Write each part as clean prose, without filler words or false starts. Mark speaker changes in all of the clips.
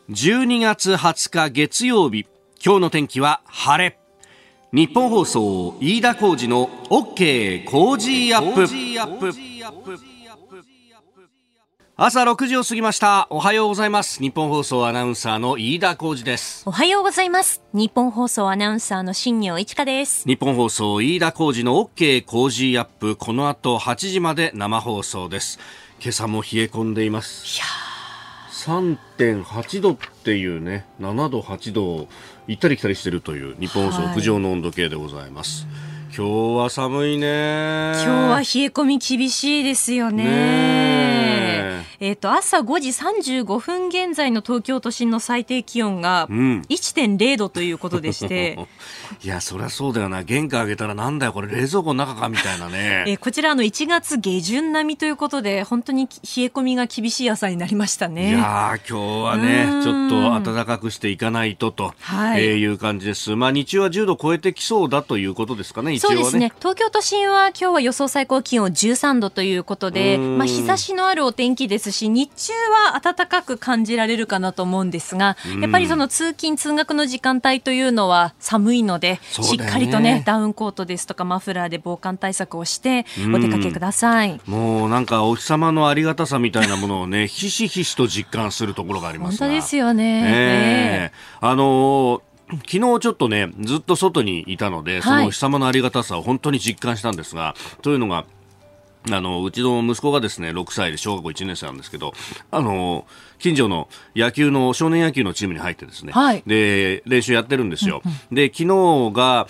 Speaker 1: 12月20日月曜日、今日の天気は晴れ。日本放送飯田浩司の OK 工事アップ。朝6時を過ぎました。おはようございます。日本放送アナウンサーの飯田浩司です。
Speaker 2: おはようございます。日本放送アナウンサーの新業一華です。
Speaker 1: 日本放送飯田浩司の OK 工事アップ、この後8時まで生放送です。今朝も冷え込んでいます。
Speaker 2: いや
Speaker 1: 3.8 度っていうね、7度8度行ったり来たりしてるという日本放送屋上の温度計でございます。今日は寒いね。
Speaker 2: 今日は冷え込み厳しいですよね。朝5時35分現在の東京都心の最低気温が 1.0 度ということでして、
Speaker 1: いやそりゃそうだよな。玄関開けたらなんだよこれ冷蔵庫の中かみたいなね。
Speaker 2: こちら1月下旬並みということで、本当に冷え込みが厳しい朝になりましたね。
Speaker 1: いや今日はねちょっと暖かくしていかないとと、いう感じです。まあ日中は10度超えてきそうだということですかね。
Speaker 2: そうですね。東京都心は今日は予想最高気温13度ということで、日差しのあるお天気ですし、日中は暖かく感じられるかなと思うんですが、やっぱりその通勤通学の時間帯というのは寒いので、しっかりとねダウンコートですとかマフラーで防寒対策をしてお出かけください。
Speaker 1: もうなんかお日様のありがたさみたいなものをねひしひしと実感するところがありますが。
Speaker 2: 本当ですよね。
Speaker 1: 昨日ちょっとねずっと外にいたので、そのお日様のありがたさを本当に実感したんですが、というのがうちの息子がですね6歳で小学校1年生なんですけど、近所の少年野球のチームに入ってですね、で練習やってるんですよ。で昨日が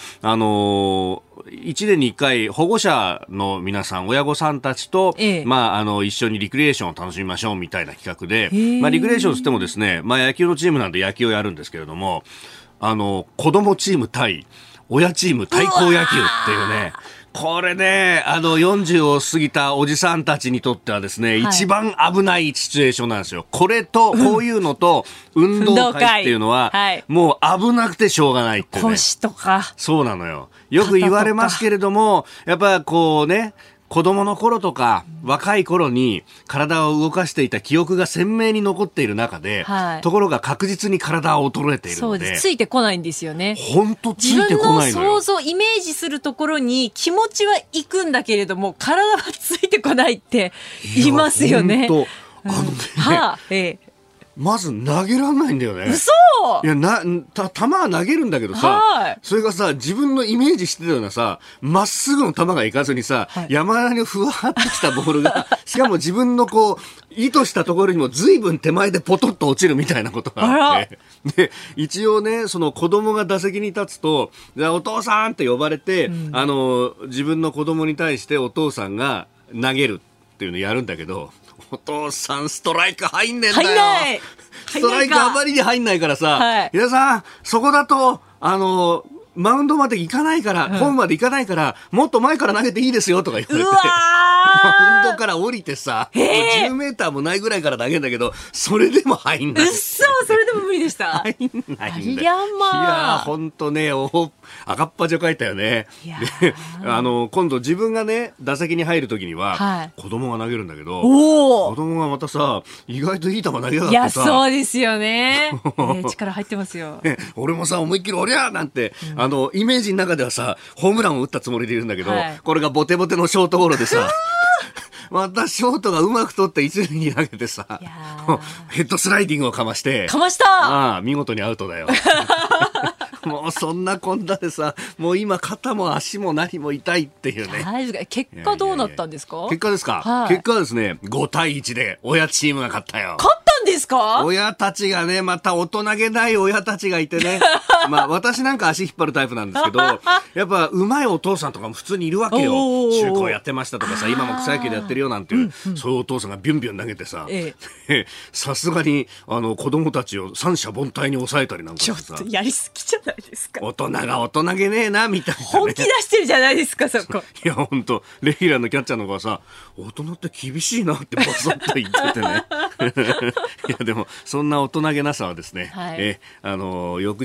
Speaker 1: 1年に1回保護者の皆さん、親御さんたちと、一緒にリクリエーションを楽しみましょうみたいな企画で、リクリエーションとってもですね、野球のチームなんで野球をやるんですけれども、子供チーム対親チーム対抗野球っていうね、これね、40を過ぎたおじさんたちにとってはですね、一番危ないシチュエーションなんですよ。これと、こういうのと、運動会っていうのは、もう危なくてしょうがないってね。
Speaker 2: 腰とか。
Speaker 1: そうなのよ。よく言われますけれども、やっぱこうね、子供の頃とか若い頃に体を動かしていた記憶が鮮明に残っている中で、ところが確実に体は衰えているので、
Speaker 2: そうです。ついてこないんですよね。
Speaker 1: 本当ついてこないのよ。
Speaker 2: 自分の想像イメージするところに気持ちは行くんだけれども、体はついてこないって言いますよね。
Speaker 1: まず投げられないんだよね。
Speaker 2: 嘘。
Speaker 1: いや球は投げるんだけどさ、それがさ自分のイメージしてたようなさまっすぐの球がいかずにさ、山にふわっときたボールがしかも自分のこう意図したところにも随分手前でポトッと落ちるみたいなことがあって、で一応ねその子供が打席に立つとお父さんって呼ばれて、自分の子供に対してお父さんが投げるっていうのをやるんだけど、お父さんストライク入んねえんだよ。ストライクあまりに入んないからさ、皆さんそこだとマウンドまで行かないから、ホームまで行かないからもっと前から投げていいですよとか言われて、マウンドから降りてさ、10メーターもないぐらいから投げるんだけど、それでも入んない。
Speaker 2: それでも無理でした。
Speaker 1: 入んないんだよ。
Speaker 2: いや
Speaker 1: ほんとね赤っ端書いたよね。で今度自分がね打席に入るときには、子供が投げるんだけど、子供がまたさ意外といい球投げやがってさ。
Speaker 2: いやそうですよね。力入ってますよ。
Speaker 1: 俺もさ思いっきりおりゃーなんて、イメージの中ではさホームランを打ったつもりでいるんだけど、これがボテボテのショートゴロでさまたショートがうまく取って一塁に投げてさヘッドスライディングをかました見事にアウトだよ。もうそんなこんなでさ、もう今肩も足も何も痛いっていうね。
Speaker 2: 結果どうなったんですか？
Speaker 1: 結果ですか、結果はですね5対1で親チームが勝ったよ。
Speaker 2: 勝ったんですか？
Speaker 1: 親たちがねまた大人げない親たちがいてね私なんか足引っ張るタイプなんですけど、やっぱ上手いお父さんとかも普通にいるわけよ。中高やってましたとかさ、今も草野球でやってるよなんていう、そういうお父さんがビュンビュン投げてさ、さすがに子供たちを三者凡退に抑えたりなんかしてさ、
Speaker 2: ちょっとやりすぎじゃないですか。
Speaker 1: 大人が大人げねえなみたいな、ね、
Speaker 2: 本気出してるじゃないですかそこ。
Speaker 1: いや本当レギュラーのキャッチャーの子はさ、大人って厳しいなってボソッと言っててねいやでもそんな大人げなさはですね、翌日翌々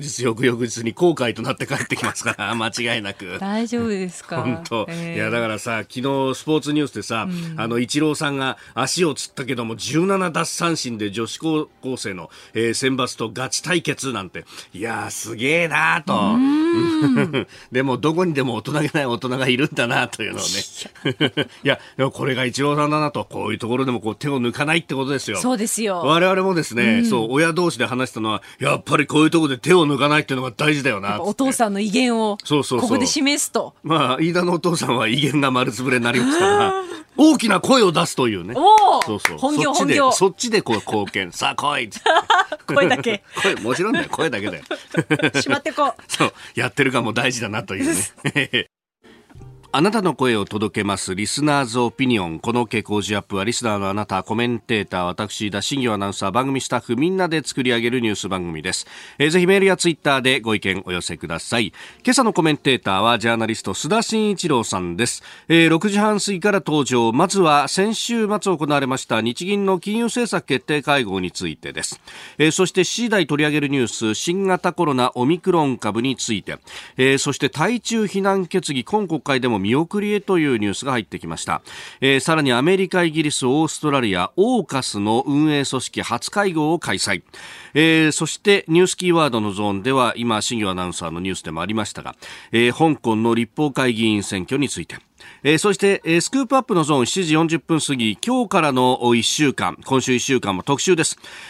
Speaker 1: 翌日に後悔となって帰ってきますから間違いなく。
Speaker 2: 大丈夫ですか。
Speaker 1: 本当、いやだからさ、昨日スポーツニュースでさ、イチローさんが足をつったけども17奪三振で女子高校生の、選抜とガチ対決なんて、いやすげえなとでもどこにでも大人げない大人がいるんだなというのをねいやでもこれがイチローさんだなと、こういうところでもこう手を抜かないってことですよ。
Speaker 2: そうですよ。
Speaker 1: 我々もですね、そう親同士で話したのは、やっぱりこういうところで手を抜かないっていうのが大事だよなって。
Speaker 2: お父さんの威厳をここで示すと。
Speaker 1: まあ飯田のお父さんは威厳が丸つぶれになりましたが大きな声を出すというね。
Speaker 2: そう本業
Speaker 1: そっちでこう貢献さあ来い
Speaker 2: 声だけ
Speaker 1: 声もちろんだよ、声だけだよ
Speaker 2: しまってこう。
Speaker 1: そうやってるかも大事だなというねあなたの声を届けますリスナーズオピニオン。この傾向時アップはリスナーのあなた、コメンテーター、私田新業アナウンサー、番組スタッフみんなで作り上げるニュース番組です。ぜひメールやツイッターでご意見お寄せください。今朝のコメンテーターはジャーナリスト須田慎一郎さんです。6時半過ぎから登場。まずは先週末行われました日銀の金融政策決定会合についてです。そして7時台取り上げるニュース、新型コロナオミクロン株について、そして対中非難決議、今国会でも見送りへというニュースが入ってきました。さらにアメリカ、イギリス、オーストラリア、オーカスの運営組織初会合を開催。そしてニュースキーワードのゾーンでは今新業アナウンサーのニュースでもありましたが、香港の立法会議員選挙について、そして、スクープアップのゾーン7時40分過ぎ、今日からの1週間、今週1週間も特集です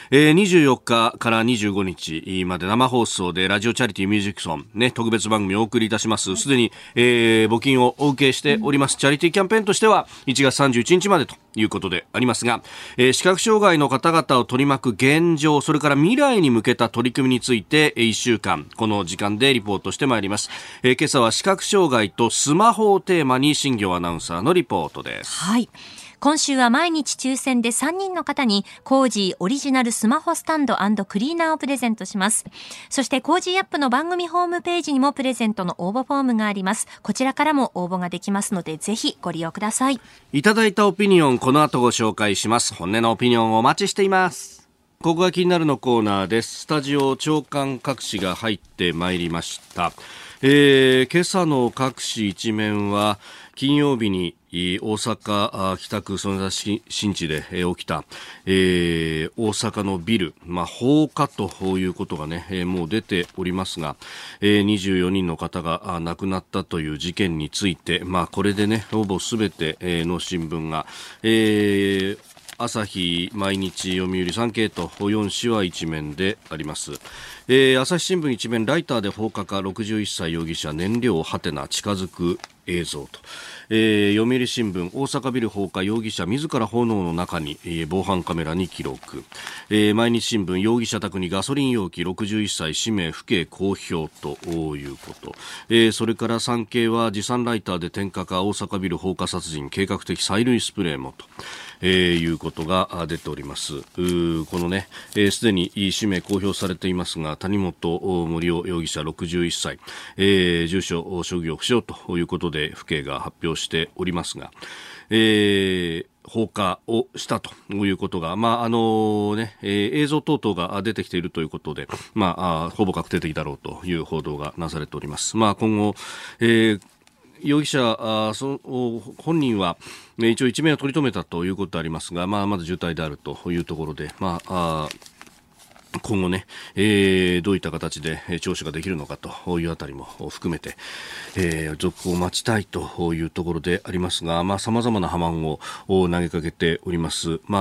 Speaker 1: 。24日から25日まで生放送でラジオチャリティーミュージックソン、ね、特別番組をお送りいたします。すでに、募金をお受けしております。チャリティーキャンペーンとしては1月31日までということでありますが、視覚障害の方々を取り巻く現状、それから未来に向けた取り組みについて1週間この時間でリポートしてまいります。今朝は視覚障害とスマホをテーマに新業アナウンサーのリポートです。
Speaker 2: はい。今週は毎日抽選で3人の方にコージーオリジナルスマホスタンド&クリーナーをプレゼントします。そしてコージーアップの番組ホームページにもプレゼントの応募フォームがあります。こちらからも応募ができますのでぜひご利用ください。
Speaker 1: いただいたオピニオン、この後ご紹介します。本音のオピニオンをお待ちしています。ここが気になるのコーナーです。スタジオ長官各紙が入ってまいりました。今朝の各紙一面は金曜日に大阪北区曽根田新地で起きた、大阪のビル、放火ということがね、もう出ておりますが、24人の方が亡くなったという事件について、これでねほぼすべての新聞が、朝日、毎日、読売、産経と4紙は一面であります。朝日新聞一面、ライターで放火か61歳容疑者燃料はてな近づく映像と、読売新聞、大阪ビル放火容疑者自ら炎の中に、防犯カメラに記録。毎日新聞、容疑者宅にガソリン容器61歳氏名不刑公表ということ。それから産経は持参ライターで点火か大阪ビル放火殺人計画的催涙スプレーもと、いうことが出ております。このね、すでに氏名公表されていますが、谷本盛雄容疑者61歳、住所職業不詳ということで府警が発表しておりますが、放火をしたということが、映像等々が出てきているということで、ほぼ確定的だろうという報道がなされております。今後、容疑者本人は一応一命を取り留めたということでありますが、まだ重体であるというところで、今後ね、どういった形で聴取ができるのかというあたりも含めて、続報を待ちたいというところでありますが、様々な波紋を投げかけております。こ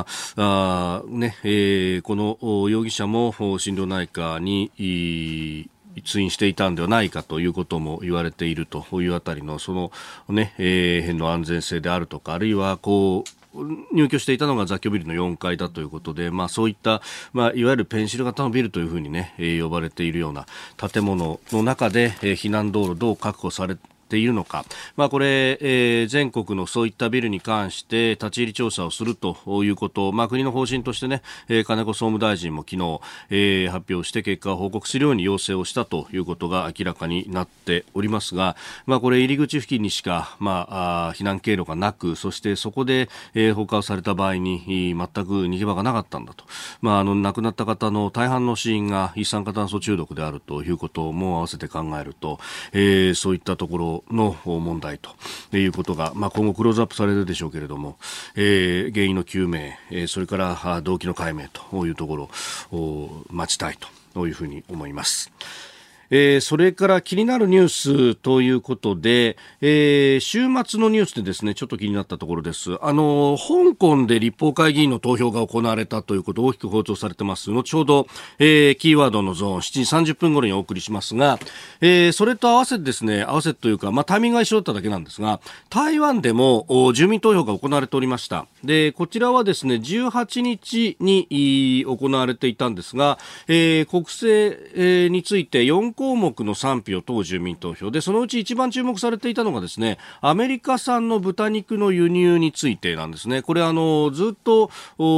Speaker 1: の容疑者も心療内科に通院していたんではないかということも言われているというあたりのそのね、変の安全性であるとか、あるいは入居していたのが雑居ビルの4階だということで、そういった、いわゆるペンシル型のビルというふうにね、呼ばれているような建物の中で、避難道路どう確保されっているのか、これ、全国のそういったビルに関して立ち入り調査をするということ、国の方針としてね、金子総務大臣も昨日、発表して結果を報告するように要請をしたということが明らかになっておりますが、これ入り口付近にしか、避難経路がなく、そしてそこで、放火をされた場合に全く逃げ場がなかったんだと、亡くなった方の大半の死因が一酸化炭素中毒であるということも合わせて考えると、そういったところの問題ということが、今後クローズアップされるでしょうけれども、原因の究明、それから動機の解明というところを待ちたいというふうに思います。それから気になるニュースということで、週末のニュースでですね、ちょっと気になったところです。香港で立法会議員の投票が行われたということを大きく報道されてます。後ほど、キーワードのゾーン7時30分頃にお送りしますが、それと合わせてですね、というか、タイミングが一緒だっただけなんですが、台湾でも住民投票が行われておりました。で、こちらはですね、18日に行われていたんですが、国政について4項目の賛否を問う住民投票で、そのうち一番注目されていたのがですね、アメリカ産の豚肉の輸入についてなんですね。これずっと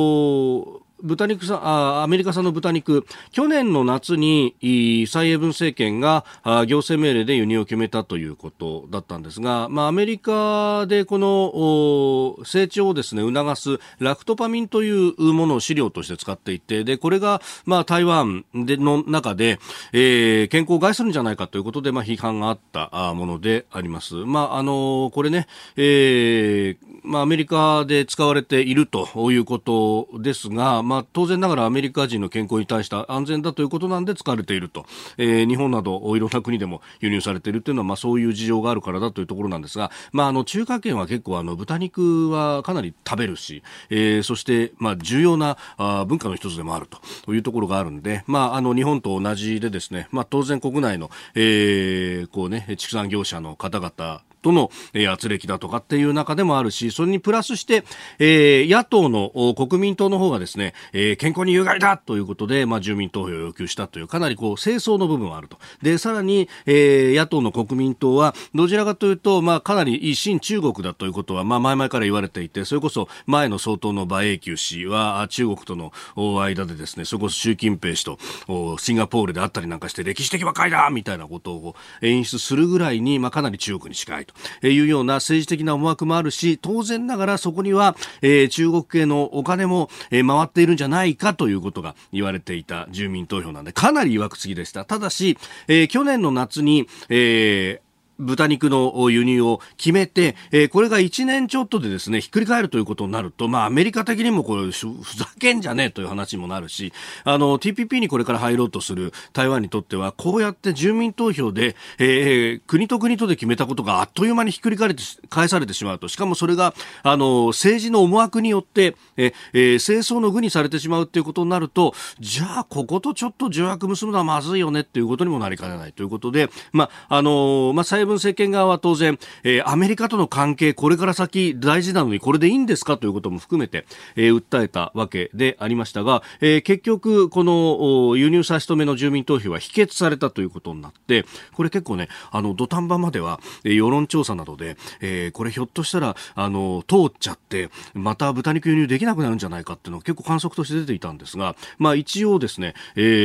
Speaker 1: アメリカ産の豚肉、去年の夏に蔡英文政権が行政命令で輸入を決めたということだったんですが、アメリカでこの成長をですね促すラクトパミンというものを飼料として使っていて、でこれが台湾の中で、健康を害するんじゃないかということで批判があったものであります。これね、アメリカで使われているということですが、当然ながらアメリカ人の健康に対して安全だということなんで使われていると、日本などいろんな国でも輸入されているというのは、そういう事情があるからだというところなんですが、中華圏は結構豚肉はかなり食べるし、そして、重要な文化の一つでもあるというところがあるので、日本と同じでですね、当然国内の、畜産業者の方々との圧力だとかっていう中でもあるし、それにプラスして、野党の国民党の方がですね、健康に有害だということで、住民投票を要求したという、かなり清掃の部分はあると。で、さらに、野党の国民党はどちらかというと、かなり親中国だということは、前々から言われていて、それこそ前の総統の馬英九氏は中国との間でですね、それこそ習近平氏とシンガポールであったりなんかして歴史的和解だみたいなことを演出するぐらいに、かなり中国に近いというような政治的な思惑もあるし、当然ながらそこには、中国系のお金も、回っているんじゃないかということが言われていた住民投票なんで、かなり曰くつきでした。ただし、去年の夏に、豚肉の輸入を決めて、これが1年ちょっとでですね、ひっくり返るということになると、アメリカ的にもこれ、ふざけんじゃねえという話にもなるし、TPP にこれから入ろうとする台湾にとっては、こうやって住民投票で、国と国とで決めたことがあっという間にひっくり返されてしまうと、しかもそれが、政治の思惑によって、政争の具にされてしまうということになると、じゃあ、こことちょっと条約結ぶのはまずいよねっていうことにもなりかねないということで、蔡英文政権側は当然、アメリカとの関係これから先大事なのにこれでいいんですかということも含めて、訴えたわけでありましたが、結局この輸入差し止めの住民投票は否決されたということになって、これ結構ね、土壇場までは世論調査などで、これひょっとしたら通っちゃってまた豚肉輸入できなくなるんじゃないかっていうのが結構観測として出ていたんですが、一応ですね、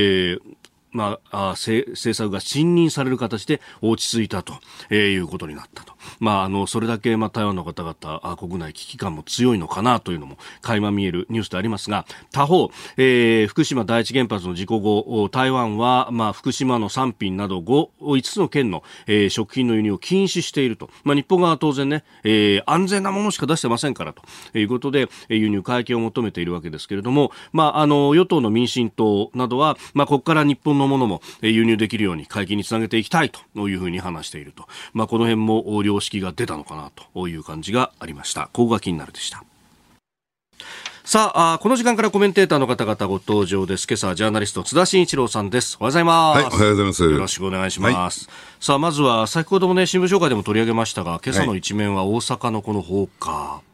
Speaker 1: 政策が信任される形で落ち着いたということになったと。それだけ台湾の方々国内危機感も強いのかなというのも垣間見えるニュースでありますが、他方、福島第一原発の事故後、台湾は福島の産品など5つの県の、食品の輸入を禁止していると。日本側は当然ね、安全なものしか出してませんからということで輸入解禁を求めているわけですけれども、与党の民進党などは、ここから日本のものも輸入できるように解禁につなげていきたいというふうに話していると。この辺も良識が出たのかなという感じがありました。ここが気になるでした。さあ、この時間からコメンテーターの方々ご登場です。今朝はジャーナリスト津田慎一郎さんです。おはようございます。
Speaker 3: はい、おはようございます。
Speaker 1: よろしくお願いします。さあ、まずは先ほどもね、新聞紹介でも取り上げましたが、今朝の一面は大阪のこの放火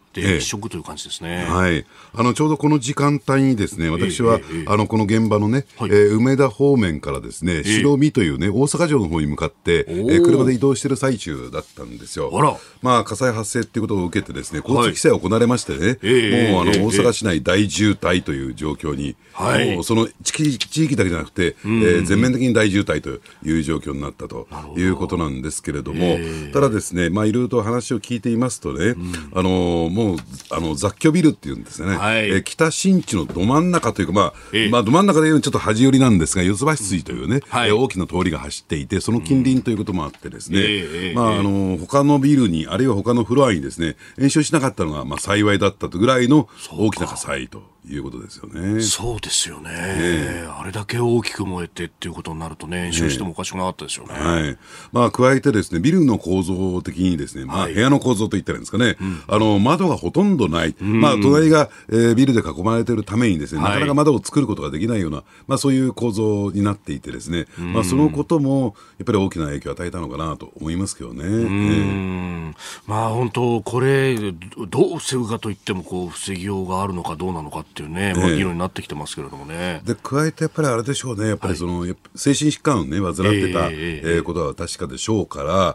Speaker 1: で一色という感じですね。
Speaker 3: はい、ちょうどこの時間帯にですね、私は、この現場のね、
Speaker 1: はい、
Speaker 3: 梅田方面からですね、白見というね、大阪城の方に向かって、車で移動している最中だったんですよ。
Speaker 1: あら、
Speaker 3: まあ、火災発生っていうことを受けてですね、交通規制が行われましてね、もう大阪市内大渋滞という状況に、もうその地域だけじゃなくて、全面的に大渋滞という状況になったということなんですけれども、ただですね、まあ、いろいろと話を聞いていますとね、もう雑居ビルっていうんですね、北新地のど真ん中というか、まあど真ん中でいうのはちょっと端寄りなんですが、四ツ橋筋というね、大きな通りが走っていて、その近隣ということもあってですね、まあ他のビルにあるいは他のフロアにですね、延焼しなかったのがまあ幸いだったぐらいの大きな火災ということですよね。
Speaker 1: そうですよね、あれだけ大きく燃えてっていうことになるとね、延焼してもおかしくなかったでしょうね。
Speaker 3: はい、まあ、加えてですね、ビルの構造的にですね、まあ、部屋の構造といったらいいんですかね、窓がほとんどない、まあ、隣が、ビルで囲まれているためにですね、なかなか窓を作ることができないような、まあ、そういう構造になっていてですね、まあ、そのこともやっぱり大きな影響を与えたのかなと思いますけどね。
Speaker 1: まあ、本当これどう防ぐかといっても防ぎようがあるのかどうなのかっていうね、まあ、議論になってきてますけれどもね。
Speaker 3: で加えてやっぱりあれでしょうね、やっぱり精神疾患をね患ってた、ことは確かでしょうから、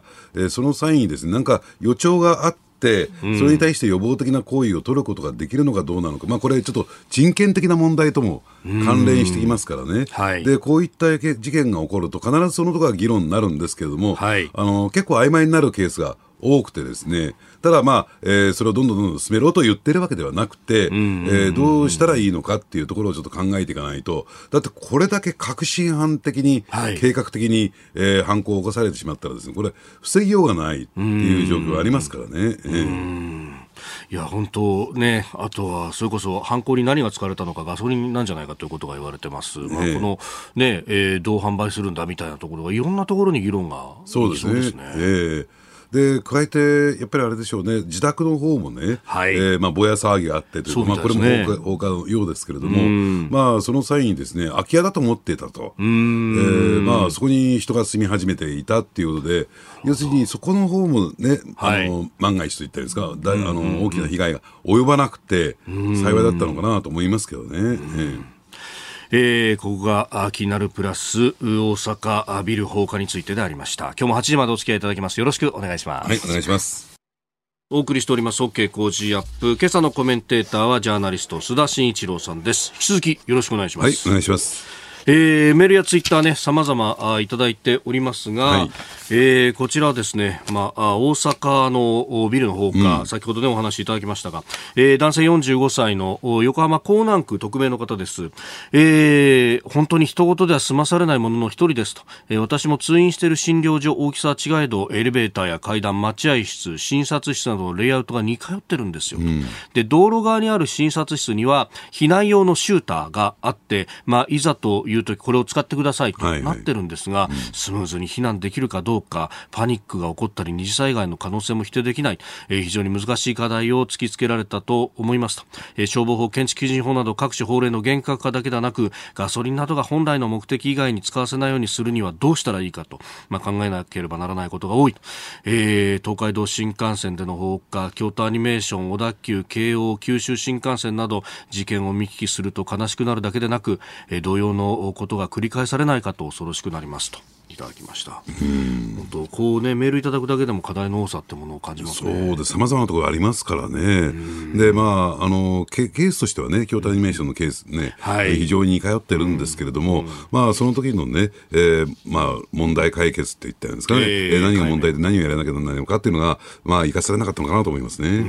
Speaker 3: その際にですね、なんか予兆があってそれに対して予防的な行為を取ることができるのかどうなのか、まあ、これちょっと人権的な問題とも関連してきますからね、でこういった事件が起こると必ずそのところが議論になるんですけれども、結構曖昧になるケースが多くてですね、ただまあ、それをどんどん進めろと言ってるわけではなくて、どうしたらいいのかっていうところをちょっと考えていかないと、だってこれだけ確信犯的に、計画的に、犯行を起こされてしまったらですね、これ防ぎようがないっていう状況がありますからね。
Speaker 1: いや本当ね、あとはそれこそ犯行に何が使われたのかガソリンなんじゃないかということが言われてます、まあ、この、ねどう販売するんだみたいなところがいろんなところに議論が
Speaker 3: そうですね。で加えてやっぱりあれでしょうね、自宅の方もね、まあ、ぼや騒ぎがあってというか、まあ、これも放火のようですけれども、まあ、その際にですね、空き家だと思っていたと、まあ、そこに人が住み始めていたっていうことで、要するにそこの方もね、万が一といったんですか、大きな被害が及ばなくて幸いだったのかなと思いますけどね。
Speaker 1: ここが気になるプラス大阪ビル放火についてでありました。今日も8時までお付き合いいただきます。よろしくお願いします。
Speaker 3: はい、お願いします。
Speaker 1: お送りしております OK 工事アップ、今朝のコメンテーターはジャーナリスト須田慎一郎さんです。引き続きよろしくお願いします。
Speaker 3: はい、お願いします。
Speaker 1: メールやツイッターね、様々いただいておりますが、こちらはですね、まあ、大阪のビルの放火、先ほどねお話しいただきましたが、男性45歳の横浜港南区匿名の方です。本当に人事では済まされないものの一人ですと、私も通院している診療所、大きさは違えどエレベーターや階段、待合室、診察室などのレイアウトが似通ってるんですよ、で道路側にある診察室には避難用のシューターがあって、まあ、いざというときこれを使ってくださいとなってるんですが、スムーズに避難できるかどうか、パニックが起こったり二次災害の可能性も否定できない、非常に難しい課題を突きつけられたと思いますと、消防法、建築基準法など各種法令の厳格化だけではなく、ガソリンなどが本来の目的以外に使わせないようにするにはどうしたらいいかと、まあ、考えなければならないことが多いと、東海道新幹線での放火、京都アニメーション、小田急、京王、九州新幹線など事件を見聞きすると悲しくなるだけでなく、同様のことが繰り返されないかと恐ろしくなりますといただきました。本当こうね、メールいただくだけでも課題の多さってものを感じますね。そうで、様々なところありますからね。で、まあ、ケースとしてはね、京都アニメーションのケースね、非常に似通ってるんですけれども、まあ、その時のね、まあ、問題解決って言ったんですかね、何が問題で何をやらなきゃならないのかっていうのが、まあ、生かされなかったのかなと思いますね。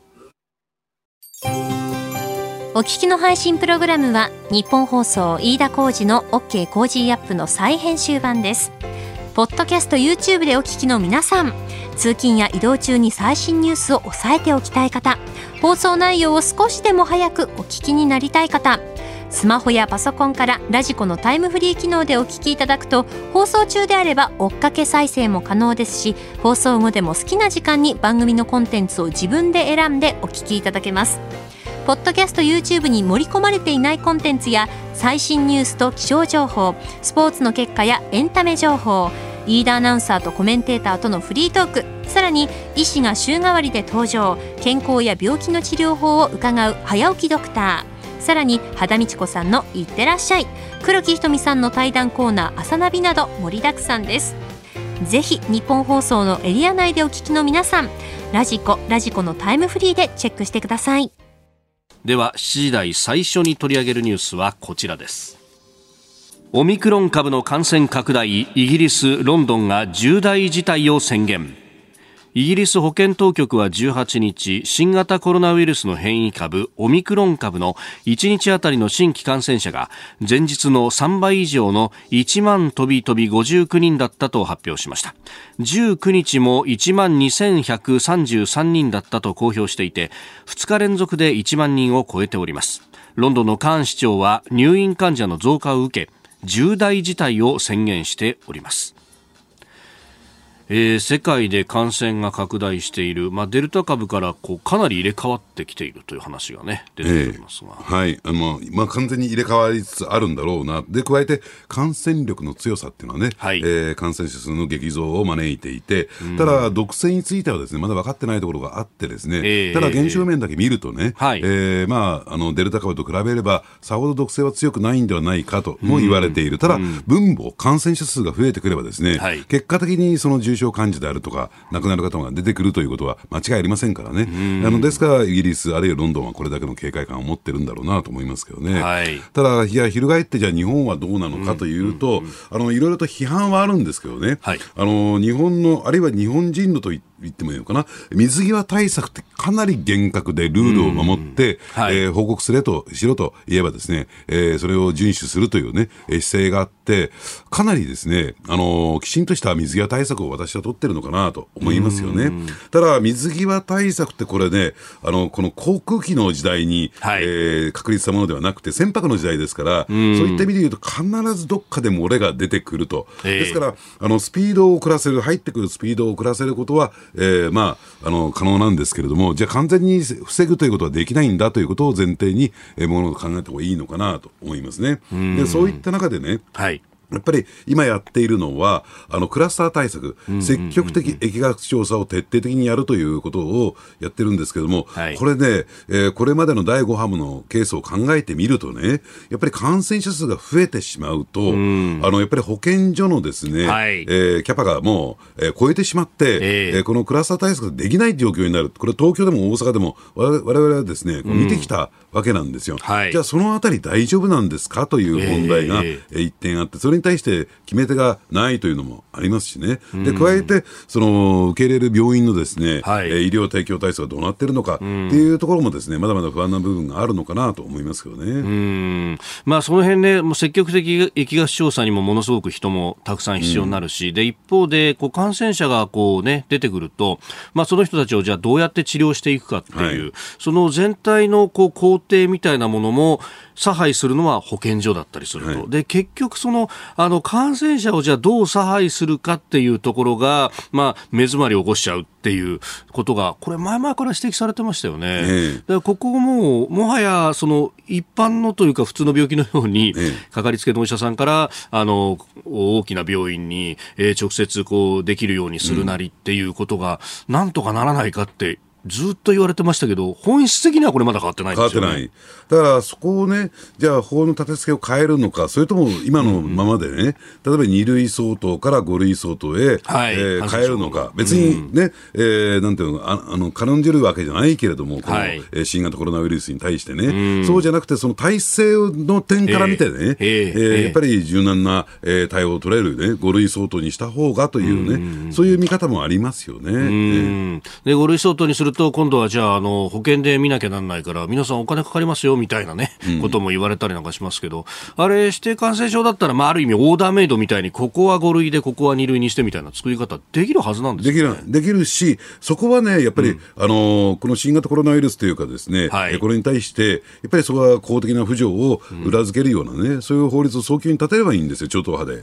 Speaker 2: お聞きの配信プログラムは日本放送飯田浩司の OK 工事アップの再編集版です。ポッドキャスト YouTube でお聞きの皆さん、通勤や移動中に最新ニュースを押さえておきたい方、放送内容を少しでも早くお聞きになりたい方、スマホやパソコンからラジコのタイムフリー機能でお聞きいただくと、放送中であれば追っかけ再生も可能ですし、放送後でも好きな時間に番組のコンテンツを自分で選んでお聞きいただけます。ポッドキャスト YouTube に盛り込まれていないコンテンツや最新ニュースと気象情報、スポーツの結果やエンタメ情報、リーダーアナウンサーとコメンテーターとのフリートーク、ささらに医師が週替わりで登場、健康や病気の治療法を伺う早起きドクター、さらに羽田美智子さんのいってらっしゃい、黒木ひとみさんの対談コーナー朝ナビなど盛りだくさんです。ぜひ日本放送のエリア内でお聞きの皆さん、ラジコのタイムフリーでチェックしてください。
Speaker 1: では7時台最初に取り上げるニュースはこちらです。オミクロン株の感染拡大、イギリス・ロンドンが重大事態を宣言。イギリス保健当局は18日、新型コロナウイルスの変異株オミクロン株の1日あたりの新規感染者が前日の3倍以上の1万飛び59人だったと発表しました。19日も1万2133人だったと公表していて、2日連続で1万人を超えております。ロンドンのカーン市長は入院患者の増加を受け、重大事態を宣言しております。世界で感染が拡大している、デルタ株からかなり入れ替わってきているという話がね、出ておりますが、
Speaker 3: はい、完全に入れ替わりつつあるんだろうな。で、加えて感染力の強さっていうのはね、はい、感染者数の激増を招いていて、ただ毒性についてはですね、まだ分かってないところがあってですね、ただ現象面だけ見るとね、はい、デルタ株と比べればさほど毒性は強くないんではないかとも言われている。ただ分母感染者数が増えてくればですね、はい、結果的にその重症患者であるとか亡くなる方が出てくるということは間違いありませんからね。ですからイギリスあるいはロンドンはこれだけの警戒感を持ってるんだろうなと思いますけどね、はい、ただ翻ってじゃあ日本はどうなのかというと、いろいろと批判はあるんですけどね、はい、日本のあるいは日本人のと言ってもいいのかな、水際対策ってかなり厳格でルールを守って、はい、報告しろと言えばですね、それを遵守するというね、姿勢があって、かなりですね、きちんとした水際対策を私は取ってるのかなと思いますよね。ただ水際対策ってこれね、この航空機の時代に、はい、確立したものではなくて船舶の時代ですから、そういった意味で言うと必ずどっかで漏れが出てくると、ですからスピードを遅らせる、入ってくるスピードを遅らせることは可能なんですけれども、じゃあ完全に防ぐということはできないんだということを前提に物を考えた方がいいのかなと思いますね。でそういった中でね、はい、やっぱり今やっているのはクラスター対策、積極的疫学調査を徹底的にやるということをやってるんですけども、はい、これね、これまでの第5波のケースを考えてみるとね、やっぱり感染者数が増えてしまうと、やっぱり保健所のですね、はい、キャパがもう、超えてしまって、このクラスター対策ができない状況になる。これ東京でも大阪でも我々はですね、見てきたわけなんですよ。はい、じゃあそのあたり大丈夫なんですかという問題が一点あって、それに対して決め手がないというのもありますしね。で加えてその受け入れる病院のですね、はい、医療提供体制がどうなっているのかっていうところもですね、まだまだ不安な部分があるのかなと思いますけどね。
Speaker 1: その辺ね、もう積極的疫学調査にもものすごく人もたくさん必要になるし、で一方で感染者が出てくると、その人たちをじゃあどうやって治療していくかっていう、はい、その全体の工程みたいなものも差配するのは保健所だったりすると、はい、で結局感染者をじゃあどう差配するかっていうところが、目詰まりを起こしちゃうっていうことがこれ前々から指摘されてましたよね。だからここもはや一般のというか普通の病気のように、かかりつけのお医者さんから大きな病院に、直接できるようにするなりっていうことがなんとかならないかってずっと言われてましたけど、本質的にはこれまだ変わってないんですよね。変わってない。
Speaker 3: だからそこをね、じゃあ法の立て付けを変えるのか、それとも今のままでね、例えば2類相当から5類相当へ、はい、変えるのか、別にね、なんていうの、軽んじるわけじゃないけれども、この、新型コロナウイルスに対してね、そうじゃなくてその体制の点から見てね、やっぱり柔軟な、対応を取れるね、5類相当にした方がというね、そういう見方もありますよね。
Speaker 1: で5類相当にすると今度はじゃあ保険で見なきゃなんないから皆さんお金かかりますよみたいなね、ことも言われたりなんかしますけど、あれ指定感染症だったら、ある意味オーダーメイドみたいにここは5類でここは2類にしてみたいな作り方できるはずなんですよね。
Speaker 3: できるし、そこはねやっぱり、この新型コロナウイルスというかですね、はい、これに対してやっぱりそこは公的な扶助を裏付けるようなね、そういう法律を早急に立てればいいんですよ、超党派で。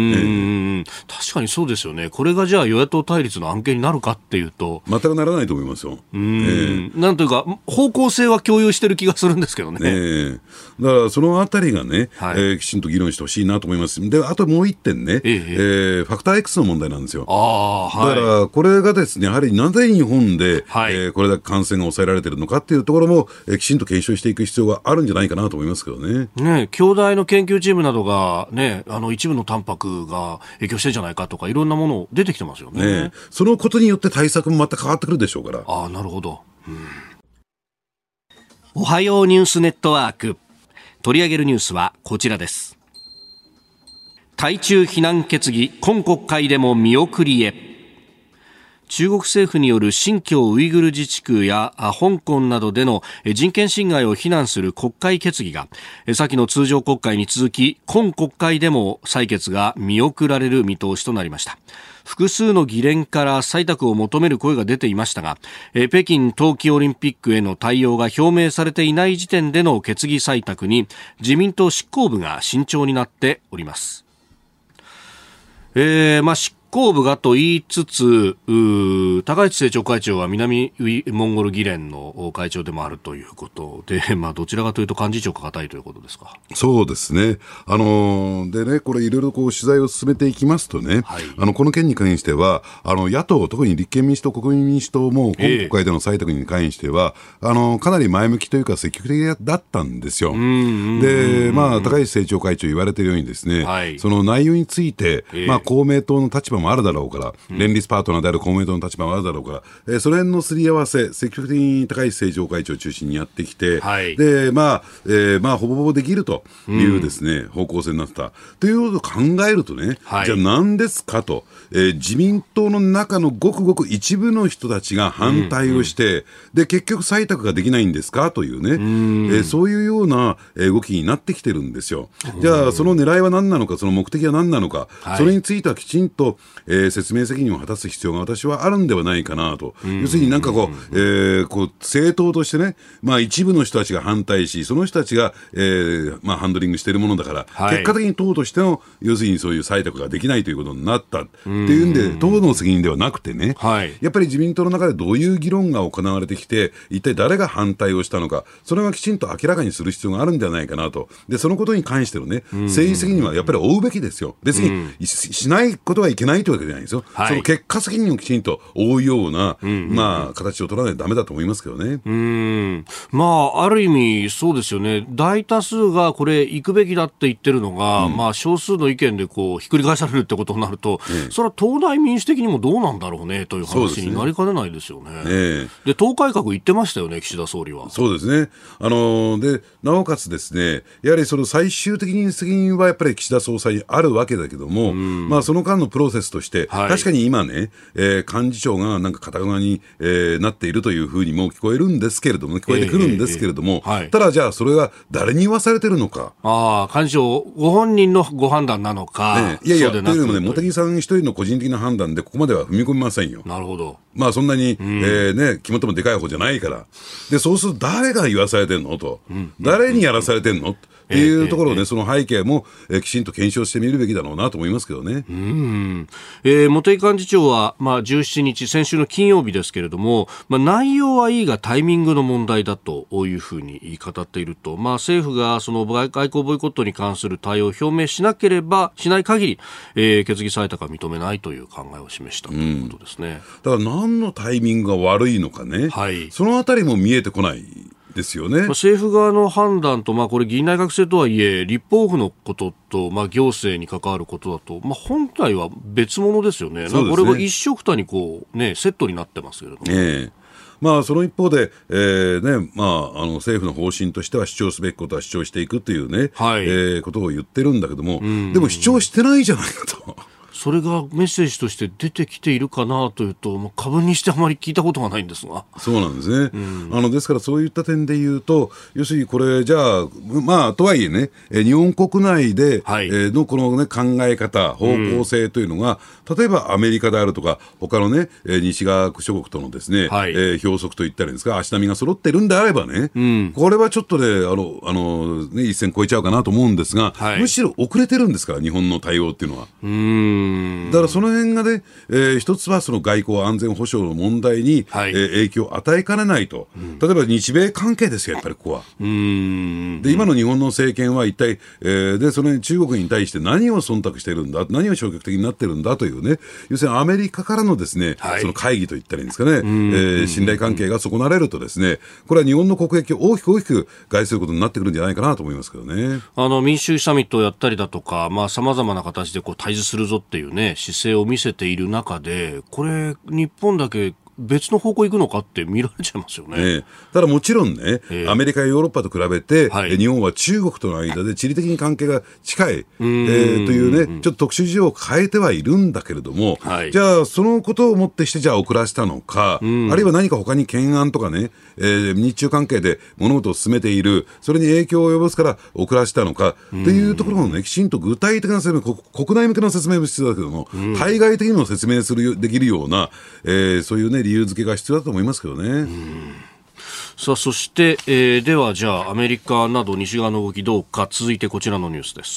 Speaker 1: 確かにそうですよね。これがじゃあ与野党対立の案件になるかっていうと
Speaker 3: 全くならないと思いますですよ。
Speaker 1: なんというか方向性は共有してる気がするんですけどね。
Speaker 3: だからそのあたりがね、きちんと議論してほしいなと思います。で、あともう一点ね、ファクター X の問題なんですよ。だからこれがですね、やはりなぜ日本で、これだけ感染が抑えられているのかっていうところも、きちんと検証していく必要があるんじゃないかなと思いますけどね。
Speaker 1: 京大の研究チームなどが、ね、一部のタンパクが影響してるんじゃないかとかいろんなもの出てきてますよね。
Speaker 3: そのことによって対策もまた変わってくるでしょうから。
Speaker 1: なるほど。おはようニュースネットワーク、取り上げるニュースはこちらです。対中非難決議今国会でも見送りへ。中国政府による新疆ウイグル自治区や香港などでの人権侵害を非難する国会決議が先の通常国会に続き今国会でも採決が見送られる見通しとなりました。複数の議連から採択を求める声が出ていましたが、北京冬季オリンピックへの対応が表明されていない時点での決議採択に自民党執行部が慎重になっております。執行部がと言いつつ、高市政調会長は南モンゴル議連の会長でもあるということで、どちらかというと幹事長が固いということですか。
Speaker 3: そうですね。でね、これいろいろ取材を進めていきますとね、この件に関しては、野党、特に立憲民主党、国民民主党も今国会での採択に関しては、かなり前向きというか積極的だったんですよ。で、高市政調会長言われているようにですね、その内容について、公明党の立場もあるだろうから、連立パートナーである公明党の立場もあるだろうから、その辺のすり合わせ、積極的に高市政調会長を中心にやってきて、で、ほぼほぼできるというですね、方向性になってた。ということを考えるとね、じゃあ何ですかと、自民党の中のごくごく一部の人たちが反対をして、で、結局採択ができないんですかというね、そういうような動きになってきてるんですよ。じゃあ、その狙いは何なのか、その目的は何なのか、それについてはきちんと、説明責任を果たす必要が私はあるんではないかなと。要するになんか政党としてね、一部の人たちが反対し、その人たちが、ハンドリングしているものだから、結果的に党としての、要するにそういう採択ができないということになったっていうんで、党の責任ではなくてね、やっぱり自民党の中でどういう議論が行われてきて、一体誰が反対をしたのか、それがきちんと明らかにする必要があるんではないかなと。で、そのことに関してのね、政治責任はやっぱり負うべきですよ。別にしないことはいけないというわけじゃないですよ。その結果責任をきちんと負うような、形を取らないとダメだと思いますけどね。
Speaker 1: ある意味そうですよね。大多数がこれ行くべきだって言ってるのが、少数の意見でひっくり返されるってことになると、それは東大民主的にもどうなんだろうねという話になりかねないですよね。で、党改革言ってましたよね、岸田総理は。
Speaker 3: そうですね。で、なおかつですね、やはりその最終的に責任はやっぱり岸田総裁にあるわけだけども、その間のプロセスとして、確かに今ね、幹事長がなんか片側に、なっているというふうにも聞こえるんですけれども、聞こえてくるんですけれども、ただじゃあそれが誰に言わされてるのか。
Speaker 1: 幹事長ご本人のご判断なのか。
Speaker 3: いやいや、というのもね、茂木さん一人の個人的な判断でここまでは踏み込みませんよ。
Speaker 1: なるほど。
Speaker 3: そんなに、肝ともでかい方じゃないから。で、そうすると誰が言わされてんのと、誰にやらされてんのっていうところをね、その背景も、きちんと検証してみるべきだろうなと思いますけどね。
Speaker 1: 茂木幹事長は、17日、先週の金曜日ですけれども、内容はいいがタイミングの問題だというふうに語っていると、政府がその外交ボイコットに関する対応を表明しない限り、決議採択は認めないという考えを示したということですね。
Speaker 3: だから何のタイミングが悪いのかね、そのあたりも見えてこないですよね。
Speaker 1: 政府側の判断と、これ議院内閣制とはいえ立法府のことと、行政に関わることだと、本体は別物ですよね。これが一緒くたにセットになってますけれども、
Speaker 3: その一方で、政府の方針としては主張すべきことは主張していくというね、ことを言ってるんだけども、でも主張してないじゃないかと。
Speaker 1: それがメッセージとして出てきているかなというと、株にしてあまり聞いたことがないんですが。
Speaker 3: そうなんですね。ですからそういった点で言うと、要するにこれじゃあ、とはいえね、日本国内で、のこのね、考え方、方向性というのが、例えばアメリカであるとか、他のね、西側諸国とのですね、標則といったらいいんですか、足並みが揃ってるんであればね、これはちょっとね、一線超えちゃうかなと思うんですが、むしろ遅れてるんですから、日本の対応っていうのは。 だからその辺がね、一つはその外交安全保障の問題に、影響を与えかねないと、例えば日米関係ですよ、やっぱりここは。で今の日本の政権は一体、でその中国に対して何を忖度しているんだ、何を消極的になっているんだというね、要するにアメリカからのですね、その会議といったらいいんですかね、信頼関係が損なわれるとですね、これは日本の国益を大きく害することになってくるんじゃないかなと思いますけどね。
Speaker 1: 民主主義サミットをやったりだとか、さまざまな形でこう対峙するぞっていうね、姿勢を見せている中で、これ日本だけ別の方向行くのかって見られちゃいますよね。
Speaker 3: ただもちろんね、アメリカやヨーロッパと比べて、日本は中国との間で地理的に関係が近い、というね、ちょっと特殊事情を変えてはいるんだけれども、じゃあそのことをもってしてじゃあ遅らせたのか、あるいは何か他に懸案とかね、日中関係で物事を進めている、それに影響を及ぼすから遅らせたのかというところのね、きちんと具体的な説明、国内向けの説明も必要だけども、対外的にも説明できるような、そういうね、理由付けが必要だと思いますけどね。
Speaker 1: さあそして、ではじゃあアメリカなど西側の動きどうか。続いてこちらのニュースです。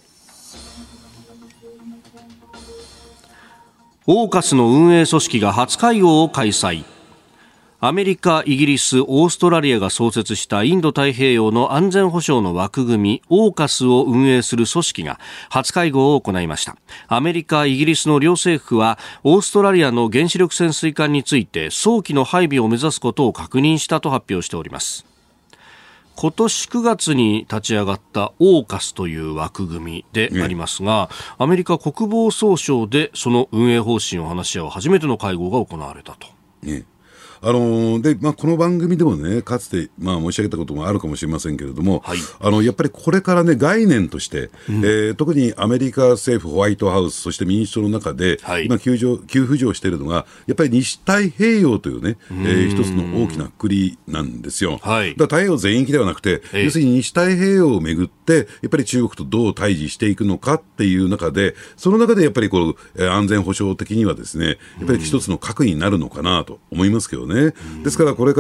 Speaker 1: オーカスの運営組織が初会合を開催。アメリカ、イギリス、オーストラリアが創設したインド太平洋の安全保障の枠組みオーカスを運営する組織が初会合を行いました。アメリカ、イギリスの両政府はオーストラリアの原子力潜水艦について早期の配備を目指すことを確認したと発表しております。今年9月に立ち上がったオーカスという枠組みでありますが、アメリカ国防総省でその運営方針を話し合う初めての会合が行われたと。
Speaker 3: でこの番組でもね、かつて、申し上げたこともあるかもしれませんけれども、やっぱりこれからね、概念として、特にアメリカ政府、ホワイトハウス、そして民主党の中で、今急浮上しているのが、やっぱり西太平洋というね、一つの大きな括りなんですよ。だから太平洋全域ではなくて、要するに西太平洋をめぐって、やっぱり中国とどう対峙していくのかっていう中で、その中でやっぱりこう、安全保障的にはですね、やっぱり一つの核になるのかなと思いますけどね。ですからこれから、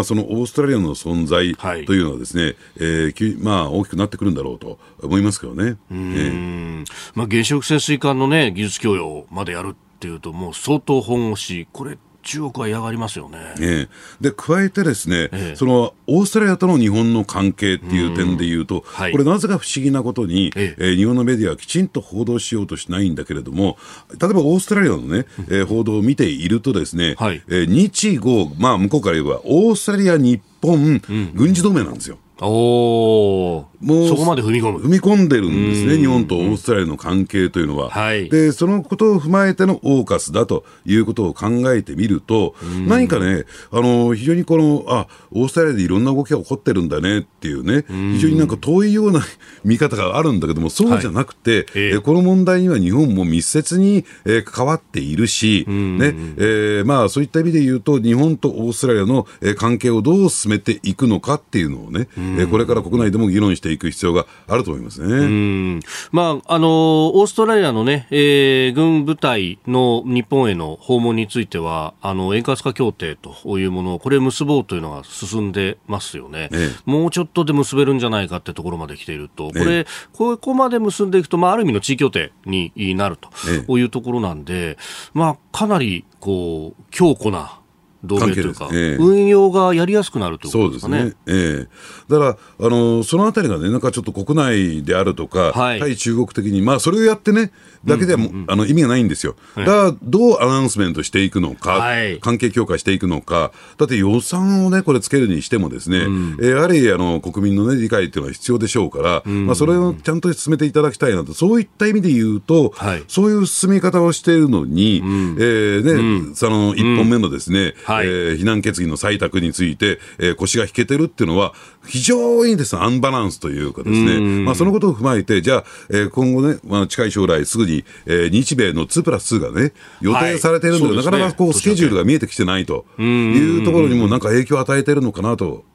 Speaker 3: そのオーストラリアの存在というのはですね、大きくなってくるんだろうと思いますけどね。
Speaker 1: 原子力潜水艦のね、技術供与までやるっていうともう相当本腰、これ中国は嫌がりますよね。
Speaker 3: で加えてですね、そのオーストラリアとの日本の関係っていう点でいうと、これなぜか不思議なことに、日本のメディアはきちんと報道しようとしないんだけれども、例えばオーストラリアのね、報道を見ているとですね、日豪、向こうから言えばオーストラリア、日本、軍事同盟なんですよ。もう
Speaker 1: そこまで踏み
Speaker 3: 込んでるんですね、日本とオーストラリアの関係というのは。でそのことを踏まえてのオーカスだということを考えてみると、何かね、非常にこのオーストラリアでいろんな動きが起こってるんだねっていうね、非常になんか遠いような見方があるんだけども、そうじゃなくて、この問題には日本も密接に、関わっているし、そういった意味で言うと日本とオーストラリアの、関係をどう進めていくのかっていうのをね、これから国内でも議論していく必要があると思いますね。オ
Speaker 1: ーストラリアのね、軍部隊の日本への訪問については円滑化協定というものをこれ結ぼうというのが進んでますよね。もうちょっとで結べるんじゃないかってところまで来ていると、ここまで結んでいくと、ある意味の地位協定になるというところなんで、かなりこう強固な同盟というか、運用がやりやすくなるということですかね。
Speaker 3: そうですね。だからそのあたりがね、なんかちょっと国内であるとか、対中国的にそれをやってねだけでは意味がないんですよ。だからどうアナウンスメントしていくのか、関係強化していくのか。だって予算をねこれつけるにしてもですね、やはり国民のね理解っていうのは必要でしょうから、それをちゃんと進めていただきたいなと。そういった意味で言うと、そういう進み方をしているのに、その1本目のですね、非難決議の採択について、腰が引けてるっていうのは非常にですねアンバランスというかですね、そのことを踏まえて、じゃあ、今後ね、近い将来すぐに、日米の2+2がね予定されているので、なかなかこうスケジュールが見えてきてないというところにもなんか影響を与えているのかなと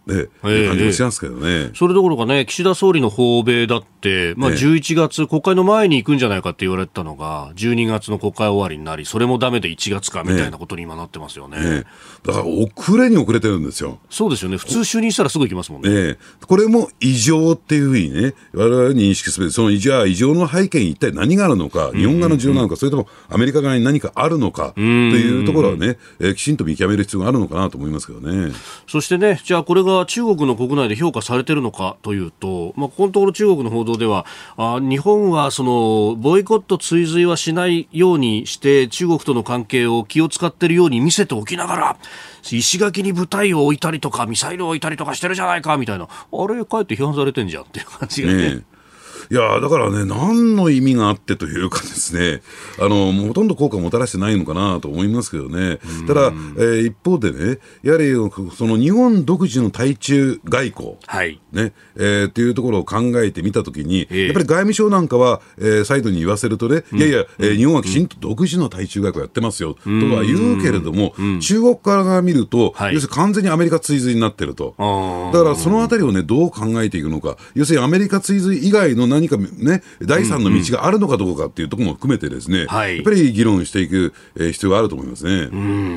Speaker 3: いう感じがしますけどね。
Speaker 1: それどころかね、岸田総理の訪米だって、11月、国会の前に行くんじゃないかって言われてたのが、12月の国会終わりになり、それもダメで1月かみたいなことに今なってますよね。
Speaker 3: だから遅れに遅れてるんですよ。
Speaker 1: そうですよね。普通就任したらすぐ行きますもんね。
Speaker 3: これも異常っていうふうにね、我々認識すべき、その異常の背景に一体何があるのか、日本側の事情なのか、それともアメリカ側に何かあるのかというところはね、きちんと見極める必要があるのかなと思いますけどね。
Speaker 1: そしてね、じゃあこれが中国の国内で評価されてるのかというと、ここのところ中国の報道では、日本はそのボイコット追随はしないようにして中国との関係を気を使っているように見せておきながら、石垣に部隊を置いたりとかミサイルを置いたりとかしてるじゃないかみたいな、あれかえって批判されてんじゃんっていう感じがね。
Speaker 3: いやだからね、何の意味があってというかですね、ほとんど効果をもたらしてないのかなと思いますけどね。ただ、一方でね、やはりその日本独自の対中外交、ねっていうところを考えてみたときに、やっぱり外務省なんかは、再度に言わせるとね、いや、日本はきちんと独自の対中外交やってますよ、とは言うけれども、中国から見ると、要するに完全にアメリカ追随になってると。だからそのあたりをね、どう考えていくのか、要するにアメリカ追随以外の何かね、第三の道があるのかどうかっていうところも含めてですね、やっぱり議論していく必要があると思いますね。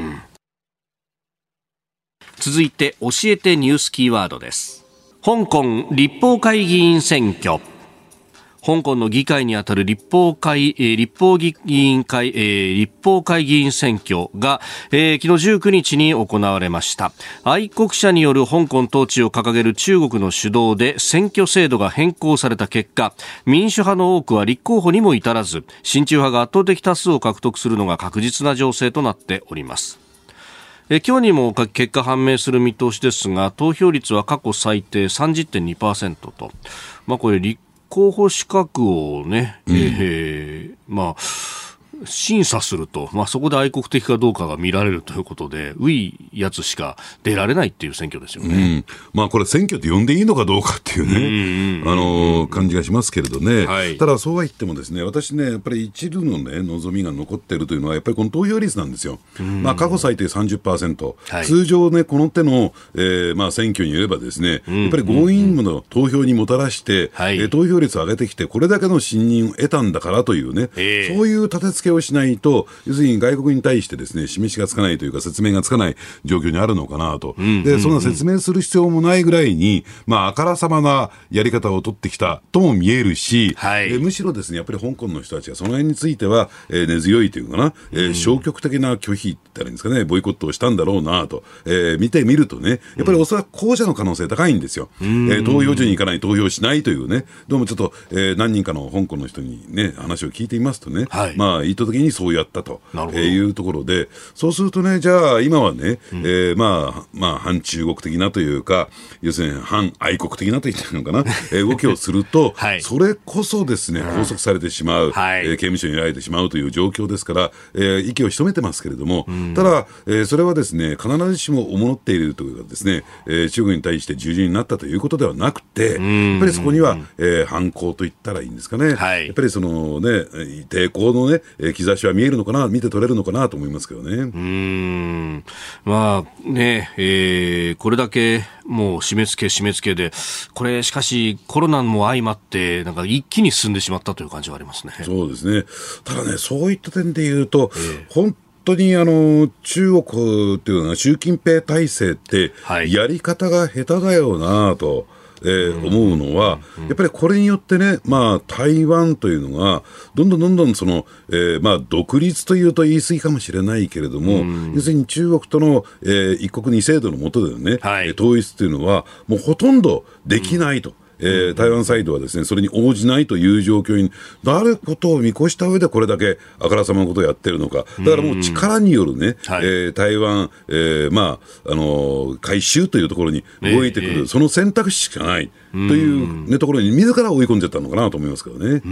Speaker 1: 続いて教えてニュースキーワードです。香港立法会議員選挙。香港の議会にあたる立法会議員選挙が、昨日19日に行われました。愛国者による香港統治を掲げる中国の主導で選挙制度が変更された結果、民主派の多くは立候補にも至らず、親中派が圧倒的多数を獲得するのが確実な情勢となっております。今日にも結果判明する見通しですが、投票率は過去最低 30.2% と、これ立候補資格をね、審査すると、そこで愛国的かどうかが見られるということで、いいやつしか出られないっていう選挙ですよね。
Speaker 3: これ選挙って呼んでいいのかどうかっていうね、感じがしますけれどね。ただそうは言ってもですね、私ね、やっぱり一部のね、望みが残っているというのは、やっぱりこの投票率なんですよ。過去最低 30%、通常ね、この手の、選挙によればですね、やっぱり強引の投票にもたらして、投票率を上げてきて、これだけの信任を得たんだからというね、そういう立て付けをしないと、要するに外国に対してですね、示しがつかないというか説明がつかない状況にあるのかなと。で、そんな説明する必要もないぐらいに、あからさまなやり方を取ってきたとも見えるし、むしろですね、やっぱり香港の人たちがその辺については、根強いというかな、消極的な拒否って言ったらいいんですかね、ボイコットをしたんだろうなと、見てみるとね、やっぱりおそらく後者の可能性高いんですよ。投票所に行かない、投票しないというね、どうもちょっと、何人かの香港の人にね、話を聞いていますとね、意図的にそうやったというところで、そうするとね、じゃあ今はね、反中国的なというか、要するに反愛国的なと言ってるのかな、動きをすると、それこそですね、拘束されてしまう、刑務所にいられてしまうという状況ですから、息を潜めてますけれども、ただ、それはですね、必ずしも思っているというかですね、中国に対して従順になったということではなくて、やっぱりそこには、反抗と言ったらいいんですかね、やっぱりそのね、抵抗のね、兆しは見えるのかな、見て取れるのかなと思いますけどね。
Speaker 1: これだけもう締め付けで、これしかしコロナも相まってなんか一気に進んでしまったという感じはありますね。
Speaker 3: そうですね。ただね、そういった点で言うと、本当に中国っていうのは習近平体制ってやり方が下手だよなと。思うのは、やっぱりこれによってね、台湾というのがどんどんその、独立というと言い過ぎかもしれないけれども、要するに中国との、一国二制度の下でのね、統一というのはもうほとんどできないと。台湾サイドはですね、それに応じないという状況になることを見越した上でこれだけあからさまなことをやってるのか。だからもう力によるね、台湾、回収というところに動いてくる、その選択肢しかないという、ね、ところに自ら追い込んじゃったのかなと思いますけどね。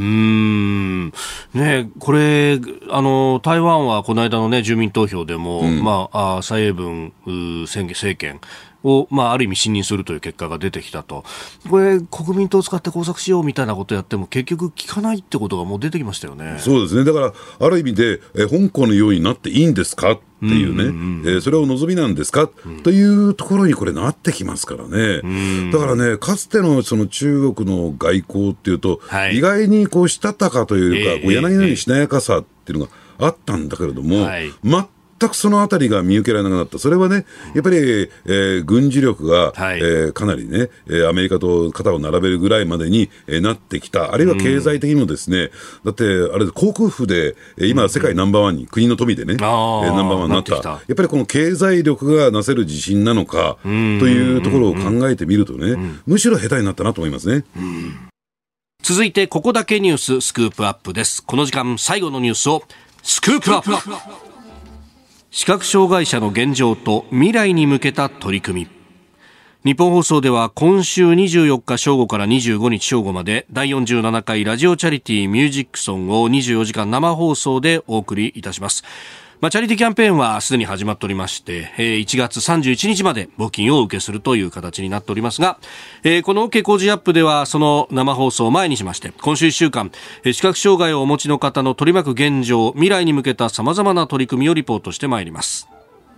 Speaker 1: これ台湾はこの間のね、住民投票でも、蔡英文政権を、ある意味信任するという結果が出てきたと。これ国民党を使って工作しようみたいなことをやっても結局効かないってことがもう出てきましたよね。
Speaker 3: そうですね。だからある意味で香港のようになっていいんですかっっていうね、それを望みなんですか、というところにこれなってきますからね。だからね、かつてのその中国の外交っていうと、
Speaker 1: はい、
Speaker 3: 意外にこうしたたかというか、こう柳のようにしなやかさっていうのがあったんだけれども、全くそのあたりが見受けられなくなった。それはね、やっぱり、軍事力が、かなりね、アメリカと肩を並べるぐらいまでに、なってきた。あるいは経済的にもですね、だって、あれ、航空府で、今、世界ナンバーワンに、国の富でね、ナンバーワンになった。やっぱりこの経済力がなせる自信なのか、というところを考えてみるとね、むしろ下手になったなと思いますね。
Speaker 1: 続いて、ここだけニューススクープアップです。この時間、最後のニュースを、スクープアップ。視覚障害者の現状と未来に向けた取り組み。日本放送では今週24日正午から25日正午まで第47回ラジオチャリティーミュージックソンを24時間生放送でお送りいたします。チャリティーキャンペーンはすでに始まっておりまして、1月31日まで募金を受けするという形になっておりますが、この OK 工事アップではその生放送を前にしまして、今週1週間、視覚障害をお持ちの方の取り巻く現状、未来に向けた様々な取り組みをリポートしてまいります。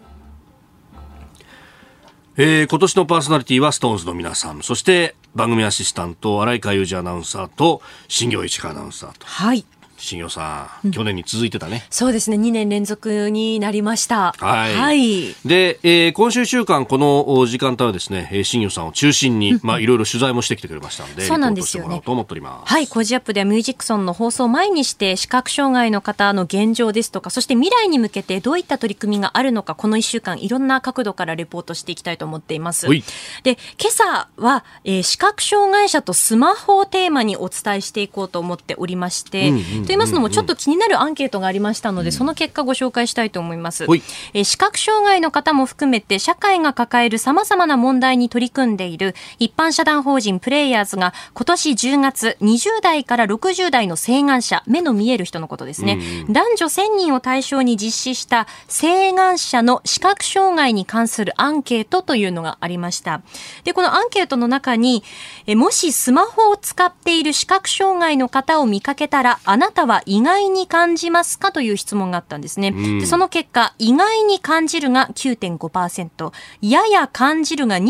Speaker 1: 今年のパーソナリティは SixTONES の皆さん、そして番組アシスタント荒井川裕二アナウンサーと新業一華アナウンサーと。
Speaker 2: はい。
Speaker 1: 新業さん、去年に続いてたね。
Speaker 2: そうですね、2年連続になりました。
Speaker 1: はい。で、今週1週間この時間帯はですね、新業さんを中心に、いろいろ取材もしてきてくれましたので、
Speaker 2: そうなんですよね。
Speaker 1: リポートしてもらおうと思っております。
Speaker 2: はい、コージアップではミュージックソンの放送を前にして視覚障害の方の現状ですとか、そして未来に向けてどういった取り組みがあるのか、この1週間いろんな角度からレポートしていきたいと思っています。で、今朝は、視覚障害者とスマホをテーマにお伝えしていこうと思っておりまして、と言いますのもちょっと気になるアンケートがありましたので、その結果ご紹介したいと思います。視覚障害の方も含めて社会が抱える様々な問題に取り組んでいる一般社団法人プレイヤーズが今年10月20代から60代の晴眼者、目の見える人のことですね、男女1000人を対象に実施した晴眼者の視覚障害に関するアンケートというのがありました。で、このアンケートの中にもしスマホを使っている視覚障害の方を見かけたらあなたは意外に感じますかという質問があったんですね。で、その結果、意外に感じるが 9.5%、やや感じるが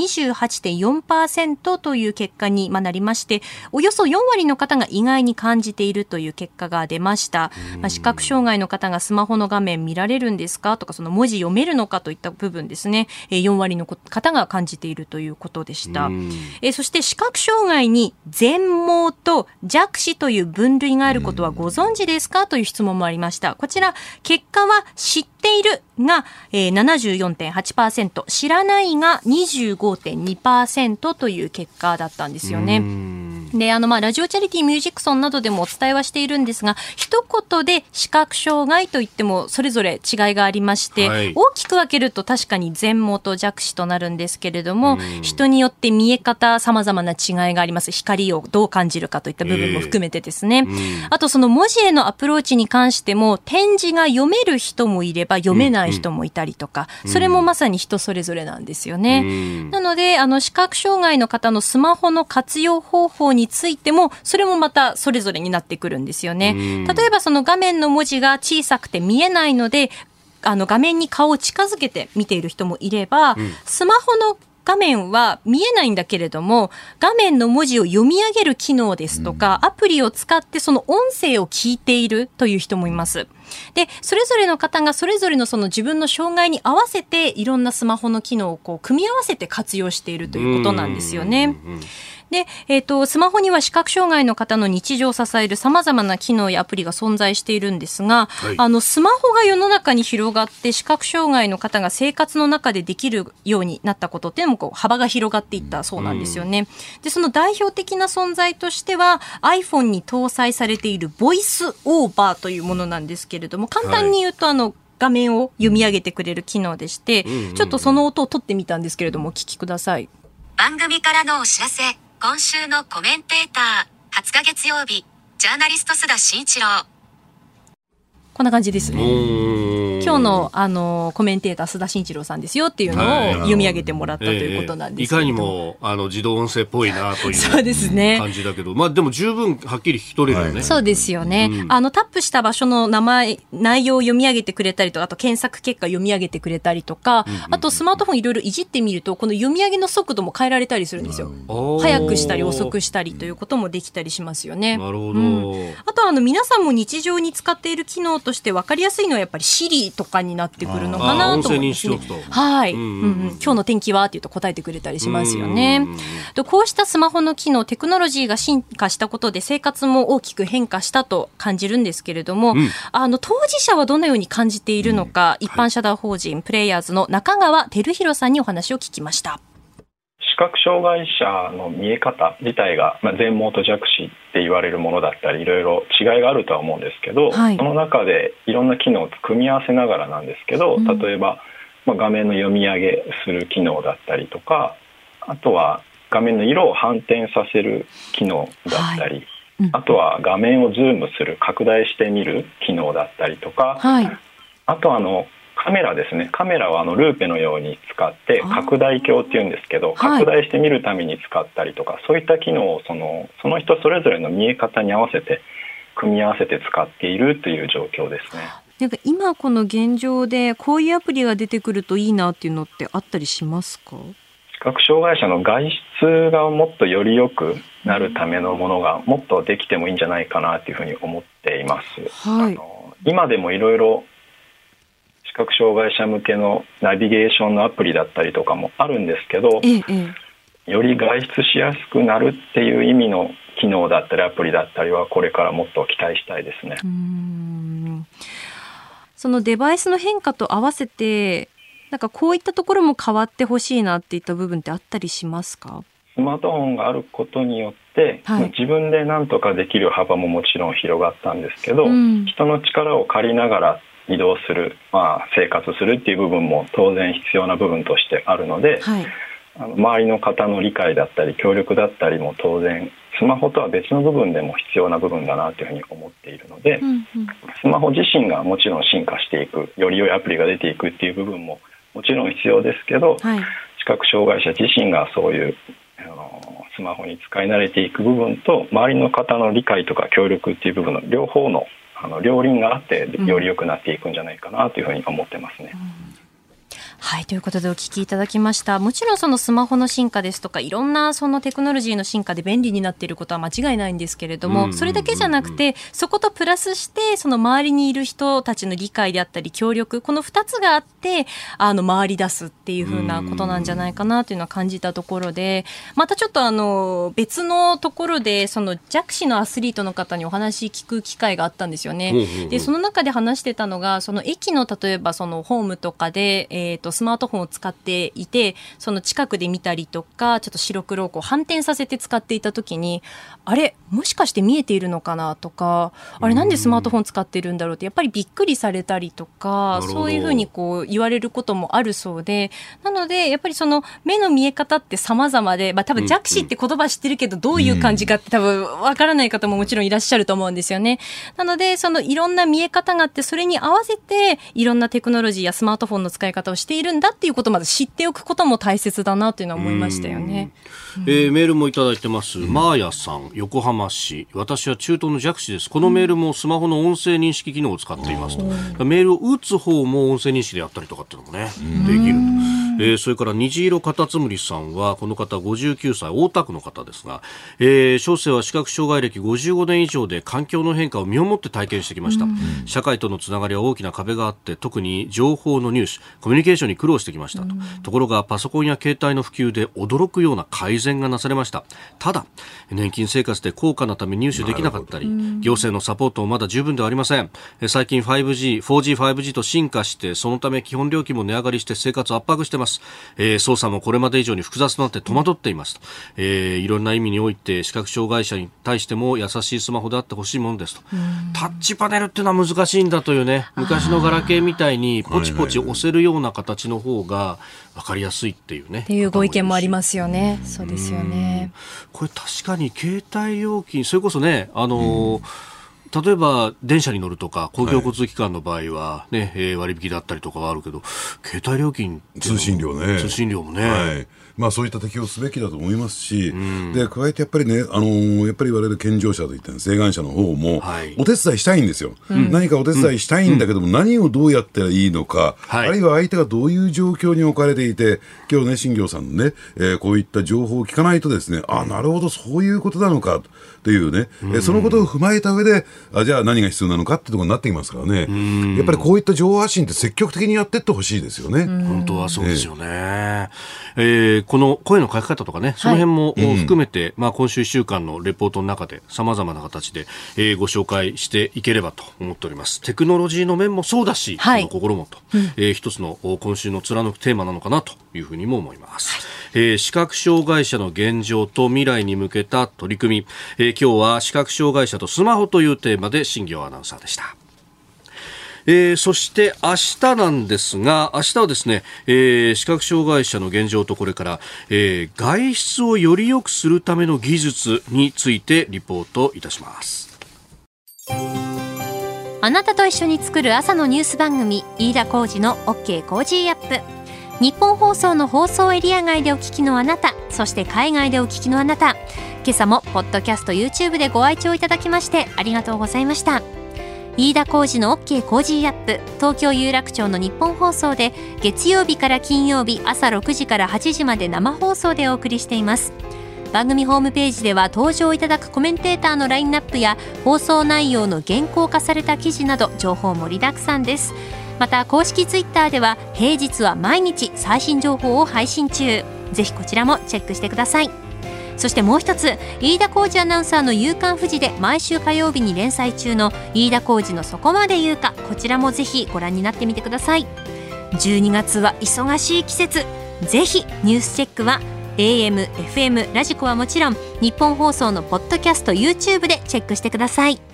Speaker 2: 28.4% という結果になりまして、およそ4割の方が意外に感じているという結果が出ました。視覚障害の方がスマホの画面見られるんですかとか、その文字読めるのかといった部分ですね。4割の方が感じているということでした。そして視覚障害に全盲と弱視という分類があることはご存知ですかという質問もありました。こちら結果は知っているが、74.8%、知らないが 25.2% という結果だったんですよね。で、ラジオチャリティーミュージックソンなどでもお伝えはしているんですが、一言で視覚障害といってもそれぞれ違いがありまして、大きく分けると確かに全盲と弱視となるんですけれども、人によって見え方様々な違いがあります。光をどう感じるかといった部分も含めてですね。あとその文字へのアプローチに関しても、点字が読める人もいれば読めない人もいたりとか、それもまさに人それぞれなんですよね。なので、視覚障害の方のスマホの活用方法についても、それもまたそれぞれになってくるんですよね。例えばその画面の文字が小さくて見えないので、画面に顔を近づけて見ている人もいれば、スマホの画面は見えないんだけれども、画面の文字を読み上げる機能ですとか、アプリを使ってその音声を聞いているという人もいます。で、それぞれの方がそれぞれのその自分の障害に合わせていろんなスマホの機能をこう組み合わせて活用しているということなんですよね。で、スマホには視覚障害の方の日常を支える様々な機能やアプリが存在しているんですが、スマホが世の中に広がって視覚障害の方が生活の中でできるようになったことっていうのもこう幅が広がっていったそうなんですよね。で、その代表的な存在としては iPhone に搭載されているボイスオーバーというものなんですけれども、簡単に言うと画面を読み上げてくれる機能でして、ちょっとその音を取ってみたんですけれども、お聞きください。
Speaker 4: 番組からのお知らせ。今週のコメンテーター、20日月曜日、ジャーナリスト須田慎一郎。
Speaker 2: こんな感じですね。 今日のコメンテーター須田慎一郎さんですよっていうのを読み上げてもらったということなんですけれども、
Speaker 1: いかにも自動音声っぽいなという
Speaker 2: そうですね
Speaker 1: 感じだけど、まあ、でも十分はっきり聞き取れるよね。
Speaker 2: そうですよね、タップした場所の内容を読み上げてくれたりとか、あと検索結果読み上げてくれたりとか、あとスマートフォンいろいろいじってみるとこの読み上げの速度も変えられたりするんですよ。早くしたり遅くしたりということもできたりしますよね。
Speaker 1: なるほど、
Speaker 2: あと皆さんも日常に使っている機能として分かりやすいのはやっぱり Siri とかになってくるのかなと思うんですね。はい、今日の天気はっていうと答えてくれたりしますよね。こうしたスマホの機能、テクノロジーが進化したことで生活も大きく変化したと感じるんですけれども、当事者はどのように感じているのか、一般社団法人プレイヤーズの中川照弘さんにお話を聞きました。
Speaker 5: 視覚障害者の見え方自体が、全盲と弱視って言われるものだったりいろいろ違いがあるとは思うんですけど、その中でいろんな機能を組み合わせながらなんですけど、例えば、画面の読み上げする機能だったりとか、あとは画面の色を反転させる機能だったり、あとは画面をズームする拡大してみる機能だったりとか、あとカメラですね。カメラはルーペのように使って拡大鏡っていうんですけど、拡大して見るために使ったりとか、そういった機能をその人それぞれの見え方に合わせて組み合わせて使っているという状況ですね。
Speaker 2: なんか今この現状でこういうアプリが出てくるといいなっていうのってあったりしますか？
Speaker 5: 視覚障害者の外出がもっとより良くなるためのものがもっとできてもいいんじゃないかなというふうに思っています。今でもいろいろ視覚障害者向けのナビゲーションのアプリだったりとかもあるんですけど、より外出しやすくなるっていう意味の機能だったりアプリだったりはこれからもっと期待したいですね。
Speaker 2: そのデバイスの変化と合わせてなんかこういったところも変わってほしいなっていった部分ってあったりしますか？
Speaker 5: スマートフォンがあることによって、自分で何とかできる幅ももちろん広がったんですけど、人の力を借りながら移動する、生活するっていう部分も当然必要な部分としてあるので、周りの方の理解だったり協力だったりも当然スマホとは別の部分でも必要な部分だなというふうに思っているので、スマホ自身がもちろん進化していく、より良いアプリが出ていくっていう部分ももちろん必要ですけど、視覚障害者自身がそういうスマホに使い慣れていく部分と周りの方の理解とか協力っていう部分の両方の両輪があってより良くなっていくんじゃないかなというふうに思ってますね。
Speaker 2: はい、ということでお聞きいただきました。もちろんそのスマホの進化ですとかいろんなそのテクノロジーの進化で便利になっていることは間違いないんですけれども、それだけじゃなくてそことプラスしてその周りにいる人たちの理解であったり協力、この2つがあって回り出すっていう風なことなんじゃないかなというのは感じたところで、またちょっと別のところでその弱視のアスリートの方にお話聞く機会があったんですよね。でその中で話してたのがその駅の例えばそのホームとかで、スマートフォンを使っていてその近くで見たりとかちょっと白黒を反転させて使っていた時にあれもしかして見えているのかなとか、あれなんでスマートフォン使ってるんだろうってやっぱりびっくりされたりとか、そういうふうにこう言われることもあるそうで、なのでやっぱりその目の見え方って様々で、多分弱視って言葉知ってるけどどういう感じかって多分わからない方ももちろんいらっしゃると思うんですよね。なのでそのいろんな見え方があってそれに合わせていろんなテクノロジーやスマートフォンの使い方をしているんだっていうことをまず知っておくことも大切だなというのは思いましたよね。
Speaker 1: メールもいただいてます。マーヤさん、横浜市。私は中等の弱視です。このメールもスマホの音声認識機能を使っていますと。メールを打つ方も音声認識でやったりとかっていうのもね、できると。それから虹色カタツムリさんはこの方59歳大田区の方ですが、小生は視覚障害歴55年以上で環境の変化を身をもって体験してきました。社会とのつながりは大きな壁があって特に情報の入手コミュニケーションに苦労してきましたと。ところがパソコンや携帯の普及で驚くような改善がなされました。ただ年金生活で高価なため入手できなかったり行政のサポートもまだ十分ではありません。最近 5G、4G、5G と進化してそのため基本料金も値上がりして生活を圧迫しています。操作もこれまで以上に複雑となって戸惑っていますと。いろんな意味において視覚障害者に対しても優しいスマホであってほしいものですと。タッチパネルっていうのは難しいんだというね、昔のガラケーみたいにポチポチ押せるような形の方が分かりやすいっていうね
Speaker 2: っていうご意見もありますよね。そうですよね。
Speaker 1: これ確かに携帯料金それこそね例えば電車に乗るとか公共交通機関の場合は、ね、割引だったりとかがあるけど、携帯料金
Speaker 3: 通信料ね、
Speaker 1: 通信料もね、
Speaker 3: はい、まあ、そういった適用すべきだと思いますし、で加えてやっぱりね、やっぱり我々健常者といった請願者の方もお手伝いしたいんですよ、何かお手伝いしたいんだけども、何をどうやったらいいのか、あるいは相手がどういう状況に置かれていて、今日ね、新業さんのね、こういった情報を聞かないとですね、なるほど、そういうことなのかというね、そのことを踏まえた上で、じゃあ何が必要なのかってところになってきますからね、やっぱりこういった情報発信って積極的にやっていってほしいですよね。
Speaker 1: 本当はそうですよね。この声の書き方とかね、その辺も含めて、まあ、今週1週間のレポートの中で様々な形で、ご紹介していければと思っております。テクノロジーの面もそうだし、心もと、一つの今週の貫くテーマなのかなというふうにも思います。視覚障害者の現状と未来に向けた取り組み、今日は視覚障害者とスマホというテーマで新業アナウンサーでした。そして明日なんですが、明日はですね、視覚障害者の現状とこれから、外出をより良くするための技術についてリポートいたします。
Speaker 2: あなたと一緒に作る朝のニュース番組、飯田浩司の OK コージーアップ。日本放送の放送エリア外でお聞きのあなた、そして海外でお聞きのあなた、今朝もポッドキャスト YouTube でご愛聴いただきましてありがとうございました。飯田浩司の OK コージーアップ、東京有楽町の日本放送で月曜日から金曜日朝6時から8時まで生放送でお送りしています。番組ホームページでは登場いただくコメンテーターのラインナップや放送内容の原稿化された記事など情報盛りだくさんです。また公式ツイッターでは平日は毎日最新情報を配信中、ぜひこちらもチェックしてください。そしてもう一つ、飯田浩司アナウンサーの夕刊フジで毎週火曜日に連載中の飯田浩司のそこまで言うか、こちらもぜひご覧になってみてください。12月は忙しい季節、ぜひニュースチェックは AM、FM、ラジコはもちろん日本放送のポッドキャスト YouTube でチェックしてください。